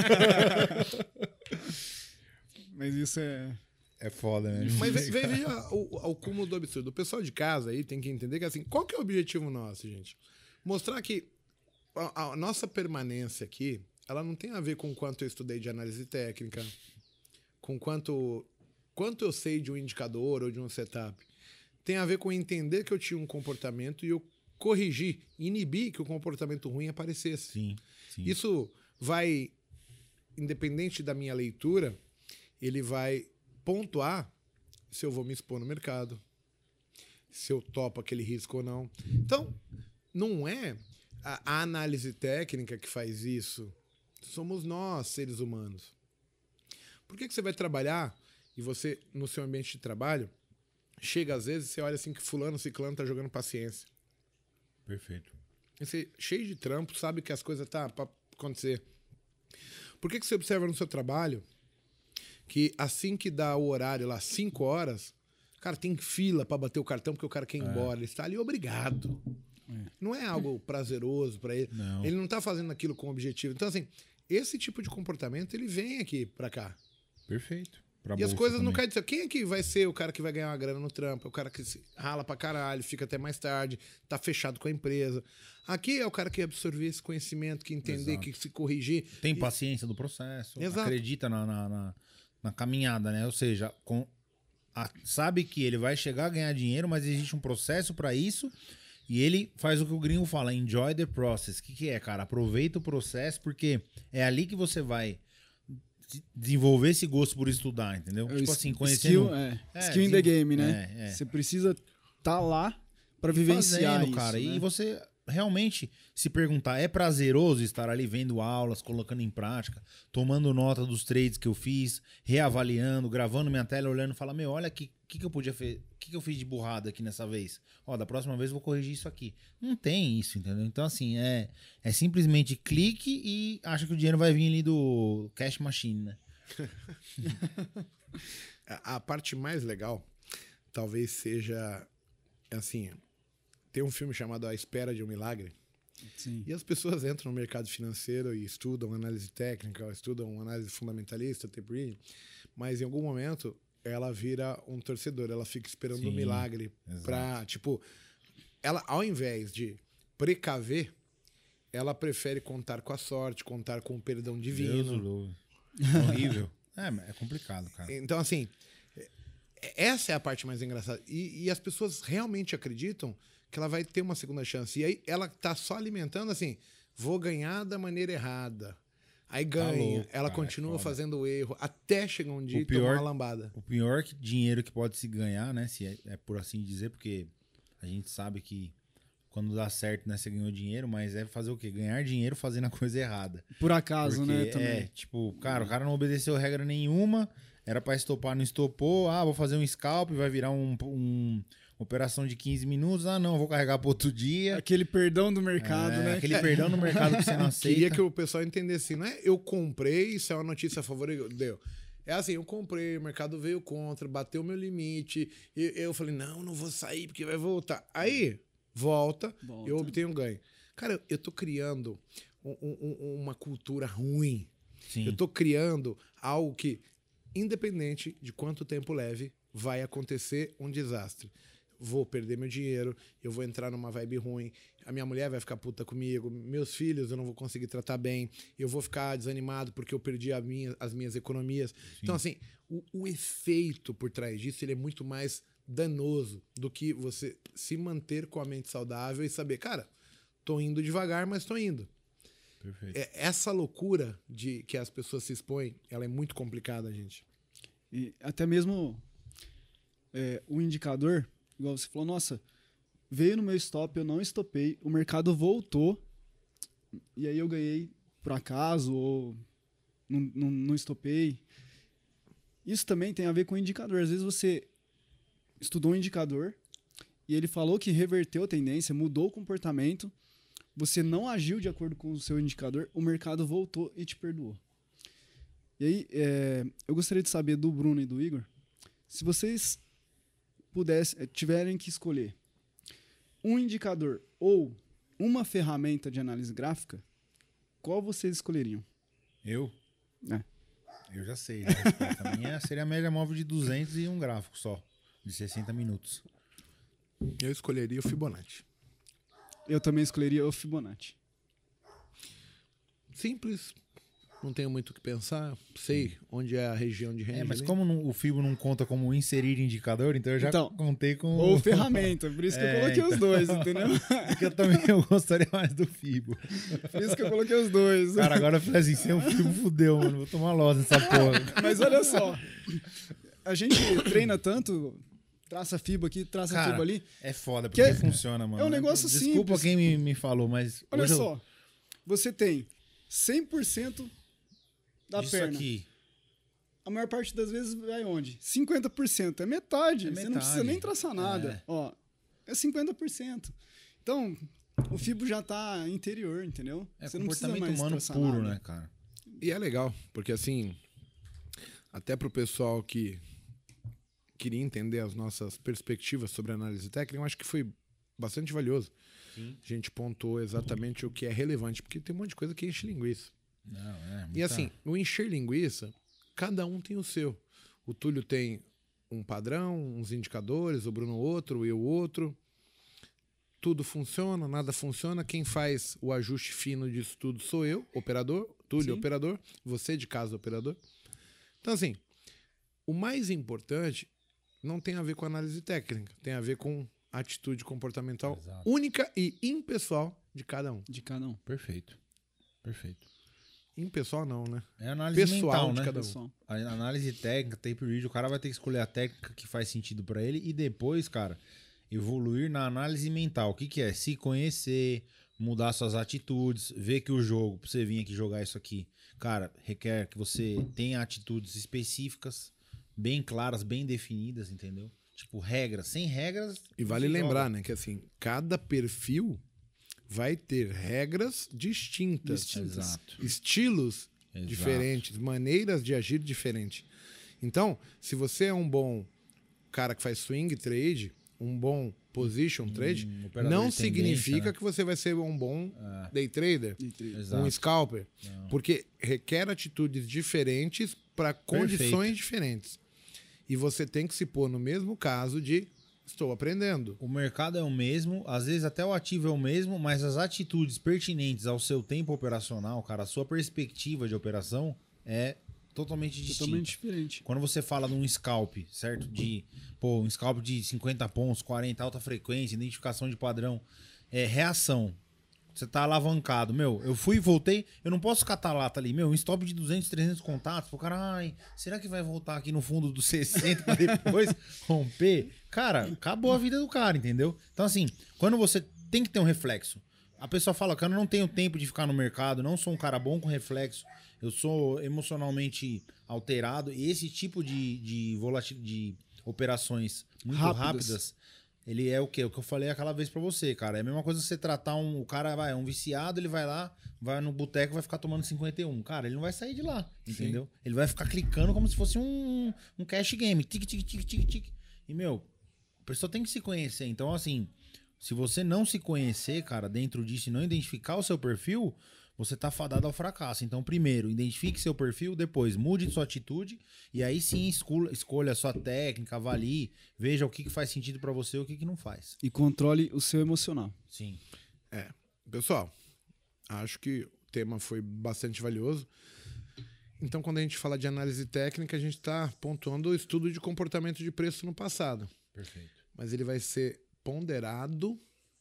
Mas isso é foda, né? Mas veja o cúmulo do absurdo. O pessoal de casa aí tem que entender que, assim, qual que é o objetivo nosso, gente? Mostrar que a nossa permanência aqui, ela não tem a ver com quanto eu estudei de análise técnica, com quanto eu sei de um indicador ou de um setup. Tem a ver com entender que eu tinha um comportamento e eu corrigir, inibir que o comportamento ruim aparecesse. Sim. Isso vai, independente da minha leitura, ele vai pontuar se eu vou me expor no mercado, se eu topo aquele risco ou não. Então, não é a análise técnica que faz isso. Somos nós, seres humanos. Por que você vai trabalhar e você, no seu ambiente de trabalho, chega às vezes e você olha assim que fulano, ciclano tá jogando paciência. Perfeito. Você, cheio de trampo, sabe que as coisas tá para acontecer. Por que você observa no seu trabalho que assim que dá o horário lá, 5 horas, cara, tem fila para bater o cartão porque o cara quer ir embora. Ele está ali obrigado. Não é algo prazeroso para ele. Não. Ele não tá fazendo aquilo com objetivo. Então, assim, esse tipo de comportamento, ele vem aqui para cá. Perfeito. E as coisas não caem de céu. Quem é que vai ser o cara que vai ganhar uma grana no trampo? É o cara que se rala pra caralho, fica até mais tarde, tá fechado com a empresa. Aqui é o cara que absorver esse conhecimento, que entender, Exato. que se corrigir. Tem paciência do processo, Exato. acredita na caminhada, né? Ou seja, sabe que ele vai chegar a ganhar dinheiro, mas existe um processo para isso. E ele faz o que o gringo fala, enjoy the process. O que é, cara? Aproveita o processo, porque é ali que você vai desenvolver esse gosto por estudar, entendeu? Tipo assim, conhecendo... Skill in the game, né? Você precisa estar lá para vivenciar fazendo, isso, cara. né? E você realmente se perguntar, é prazeroso estar ali vendo aulas, colocando em prática, tomando nota dos trades que eu fiz, reavaliando, gravando minha tela, olhando e falar, olha que eu podia fazer, o que eu fiz de burrada aqui nessa vez? Da próxima vez eu vou corrigir isso aqui. Não tem isso, entendeu? Então, assim, é simplesmente clique e acha que o dinheiro vai vir ali do cash machine, né? A parte mais legal talvez seja, assim, tem um filme chamado A Espera de um Milagre. Sim. E as pessoas entram no mercado financeiro e estudam análise técnica, estudam análise fundamentalista, tape reading, mas em algum momento ela vira um torcedor, ela fica esperando um milagre para, tipo, ela, ao invés de precaver, ela prefere contar com a sorte, contar com o perdão divino. Horrível. É complicado, cara. Então, assim, essa é a parte mais engraçada. E as pessoas realmente acreditam que ela vai ter uma segunda chance. E aí ela tá só alimentando assim, vou ganhar da maneira errada. Aí ganha, louco, ela cara, continua fazendo o erro, até chegar um dia e tomar uma lambada. O pior dinheiro que pode se ganhar, né? Se é por assim dizer, porque a gente sabe que quando dá certo, né, você ganhou dinheiro, mas é fazer o quê? Ganhar dinheiro fazendo a coisa errada. Por acaso, porque, né? Também. Tipo, cara, o cara não obedeceu regra nenhuma, era pra estopar, não estopou, vou fazer um scalp, vai virar operação de 15 minutos, não, vou carregar para outro dia. Aquele perdão do mercado, né? Aquele perdão no mercado que você não aceita. Queria que o pessoal entendesse, não é eu comprei, isso é uma notícia a favor, deu. É assim, eu comprei, o mercado veio contra, bateu o meu limite, e eu falei, não vou sair porque vai voltar. Aí, volta. Eu obtenho um ganho. Cara, eu tô criando uma cultura ruim. Sim. Eu tô criando algo que, independente de quanto tempo leve, vai acontecer um desastre. Vou perder meu dinheiro, eu vou entrar numa vibe ruim, a minha mulher vai ficar puta comigo, meus filhos eu não vou conseguir tratar bem, eu vou ficar desanimado porque eu perdi as minhas economias. Sim. Então, assim, o efeito por trás disso ele é muito mais danoso do que você se manter com a mente saudável e saber, cara, tô indo devagar, mas tô indo. Perfeito. Essa loucura de que as pessoas se expõem, ela é muito complicada, gente. E até mesmo o indicador, igual você falou, nossa, veio no meu stop, eu não estopei, o mercado voltou, e aí eu ganhei por acaso, ou não estopei. Isso também tem a ver com o indicador. Às vezes você estudou um indicador e ele falou que reverteu a tendência, mudou o comportamento, você não agiu de acordo com o seu indicador, o mercado voltou e te perdoou. E aí, eu gostaria de saber do Bruno e do Igor, se vocês tiverem que escolher um indicador ou uma ferramenta de análise gráfica, qual vocês escolheriam? Eu? É. Eu já sei. Né? A minha seria a média móvel de 200 e um gráfico só, de 60 minutos. Eu escolheria o Fibonacci. Eu também escolheria o Fibonacci. Simples. Não tenho muito o que pensar. Sei onde é a região de range. Mas ali. como o Fibo não conta como inserir indicador, então eu já contei com... Ou ferramenta. Por isso que eu coloquei os dois, entendeu? Porque eu gostaria mais do Fibo. Por isso que eu coloquei os dois. Cara, agora eu falei assim, sem o Fibo fudeu, mano. Vou tomar loja nessa porra. Mas olha só. A gente treina tanto... Traça Fibo aqui, traça Fibo ali. É foda, porque funciona, mano. É um negócio simples. Desculpa quem me falou, mas... Olha só. Você tem 100% da Isso perna. Aqui. A maior parte das vezes vai onde? 50%. É metade. Você não precisa nem traçar nada. Ó, é 50%. Então, o Fibo já tá interior, entendeu? Você não precisa mais humano puro, nada. Né, cara? E é legal, porque assim, até pro pessoal que queria entender as nossas perspectivas sobre análise técnica, eu acho que foi bastante valioso. Sim. A gente pontuou exatamente o que é relevante, porque tem um monte de coisa que enche linguiça. E assim, o encher linguiça, cada um tem o seu. O Túlio tem um padrão, uns indicadores, o Bruno outro, eu outro. Tudo funciona, nada funciona. Quem faz o ajuste fino disso tudo sou eu, operador. Túlio, sim, operador. Você de casa, operador. Então assim, o mais importante não tem a ver com análise técnica, tem a ver com atitude comportamental. Exato. Única e impessoal de cada um. De cada um. Perfeito. Perfeito. Impessoal não, né? É análise pessoal, mental, né? De cada um. A análise técnica, tape read, o cara vai ter que escolher a técnica que faz sentido pra ele e depois, cara, evoluir na análise mental. O que que é? Se conhecer, mudar suas atitudes, ver que o jogo, pra você vir aqui jogar isso aqui, cara, requer que você tenha atitudes específicas, bem claras, bem definidas, entendeu? Tipo, regras. Sem regras... E vale lembrar, né, que assim, cada perfil vai ter regras distintas. Exato. Estilos diferentes, maneiras de agir diferentes. Então, se você é um bom cara que faz swing trade, um bom position trade, não significa, né, que você vai ser um bom day trader, um scalper. Não. Porque requer atitudes diferentes para condições diferentes. E você tem que se pôr no mesmo caso de estou aprendendo. O mercado é o mesmo, às vezes até o ativo é o mesmo, mas as atitudes pertinentes ao seu tempo operacional, cara, a sua perspectiva de operação é totalmente distinta. Totalmente diferente. Quando você fala de um scalp, certo? Um scalp de 50 pontos, 40, alta frequência, identificação de padrão, reação. Você tá alavancado. Eu fui e voltei, eu não posso catar a lata ali. Um stop de 200, 300 contatos. O cara, será que vai voltar aqui no fundo dos 60 pra depois romper? Cara, acabou a vida do cara, entendeu? Então, assim, quando você tem que ter um reflexo. A pessoa fala, cara, eu não tenho tempo de ficar no mercado, não sou um cara bom com reflexo, eu sou emocionalmente alterado. E esse tipo de operações muito rápidas, ele é o quê? O que eu falei aquela vez pra você, cara. É a mesma coisa que você tratar o cara, é um viciado, ele vai lá, vai no boteco, vai ficar tomando 51. Cara, ele não vai sair de lá, entendeu? Sim. Ele vai ficar clicando como se fosse um cash game. Tic, tic, tic, tic, tic. E, a pessoa tem que se conhecer. Então, assim, se você não se conhecer, cara, dentro disso e não identificar o seu perfil, você tá fadado ao fracasso. Então, primeiro, identifique seu perfil, depois mude sua atitude e aí sim escolha a sua técnica, avalie, veja o que faz sentido para você e o que não faz. E controle o seu emocional. Sim. Pessoal, acho que o tema foi bastante valioso. Então, quando a gente fala de análise técnica, a gente está pontuando o estudo de comportamento de preço no passado. Perfeito. Mas ele vai ser ponderado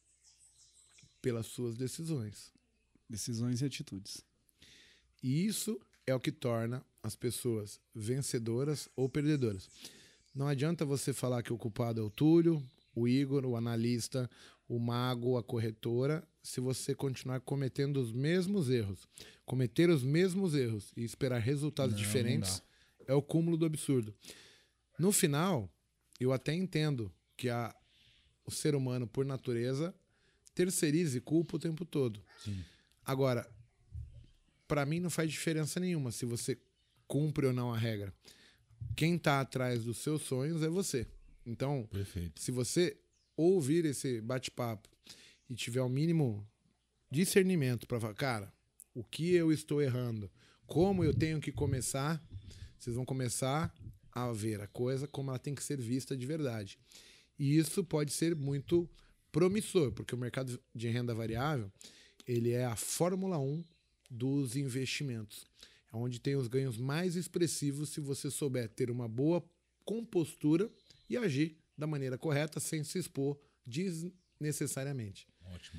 pelas suas decisões. Decisões e atitudes. E isso é o que torna as pessoas vencedoras ou perdedoras. Não adianta você falar que o culpado é o Túlio, o Igor, o analista, o mago, a corretora, se você continuar cometendo os mesmos erros. Cometer os mesmos erros e esperar resultados diferentes é o cúmulo do absurdo. No final, eu até entendo que o ser humano, por natureza, terceiriza e culpa o tempo todo. Sim. Agora, para mim não faz diferença nenhuma se você cumpre ou não a regra. Quem está atrás dos seus sonhos é você. Então, perfeito. Se você ouvir esse bate-papo e tiver o mínimo discernimento para falar, cara, o que eu estou errando, como eu tenho que começar, vocês vão começar a ver a coisa como ela tem que ser vista de verdade. E isso pode ser muito promissor, porque o mercado de renda variável, ele é a Fórmula 1 dos investimentos. É onde tem os ganhos mais expressivos se você souber ter uma boa compostura e agir da maneira correta, sem se expor desnecessariamente. Ótimo.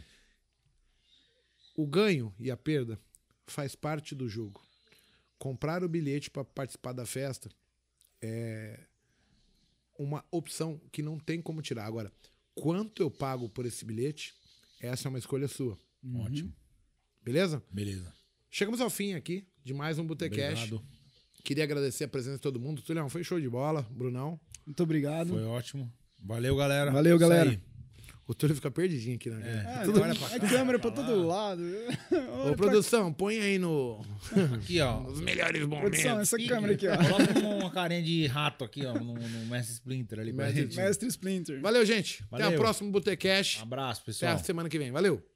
O ganho e a perda faz parte do jogo. Comprar o bilhete para participar da festa é uma opção que não tem como tirar. Agora, quanto eu pago por esse bilhete, essa é uma escolha sua. Ótimo. Beleza? Beleza. Chegamos ao fim aqui de mais um Botecast. Obrigado. Queria agradecer a presença de todo mundo. Tulião, foi show de bola. Brunão. Muito obrigado. Foi ótimo. Valeu, galera. Valeu, galera. Isso aí. O Túlio fica perdidinho aqui, né? Tudo olha pra cá, câmera pra todo lado. Ô, produção, põe aí Aqui, ó. nos melhores momentos. Produção, essa câmera aqui, ó. Coloca uma carinha de rato aqui, ó, no Mestre Splinter ali pra gente. Mestre Splinter. Valeu, gente. Até Valeu. o próximo Botecast. Abraço, Até pessoal. a semana que vem. Valeu.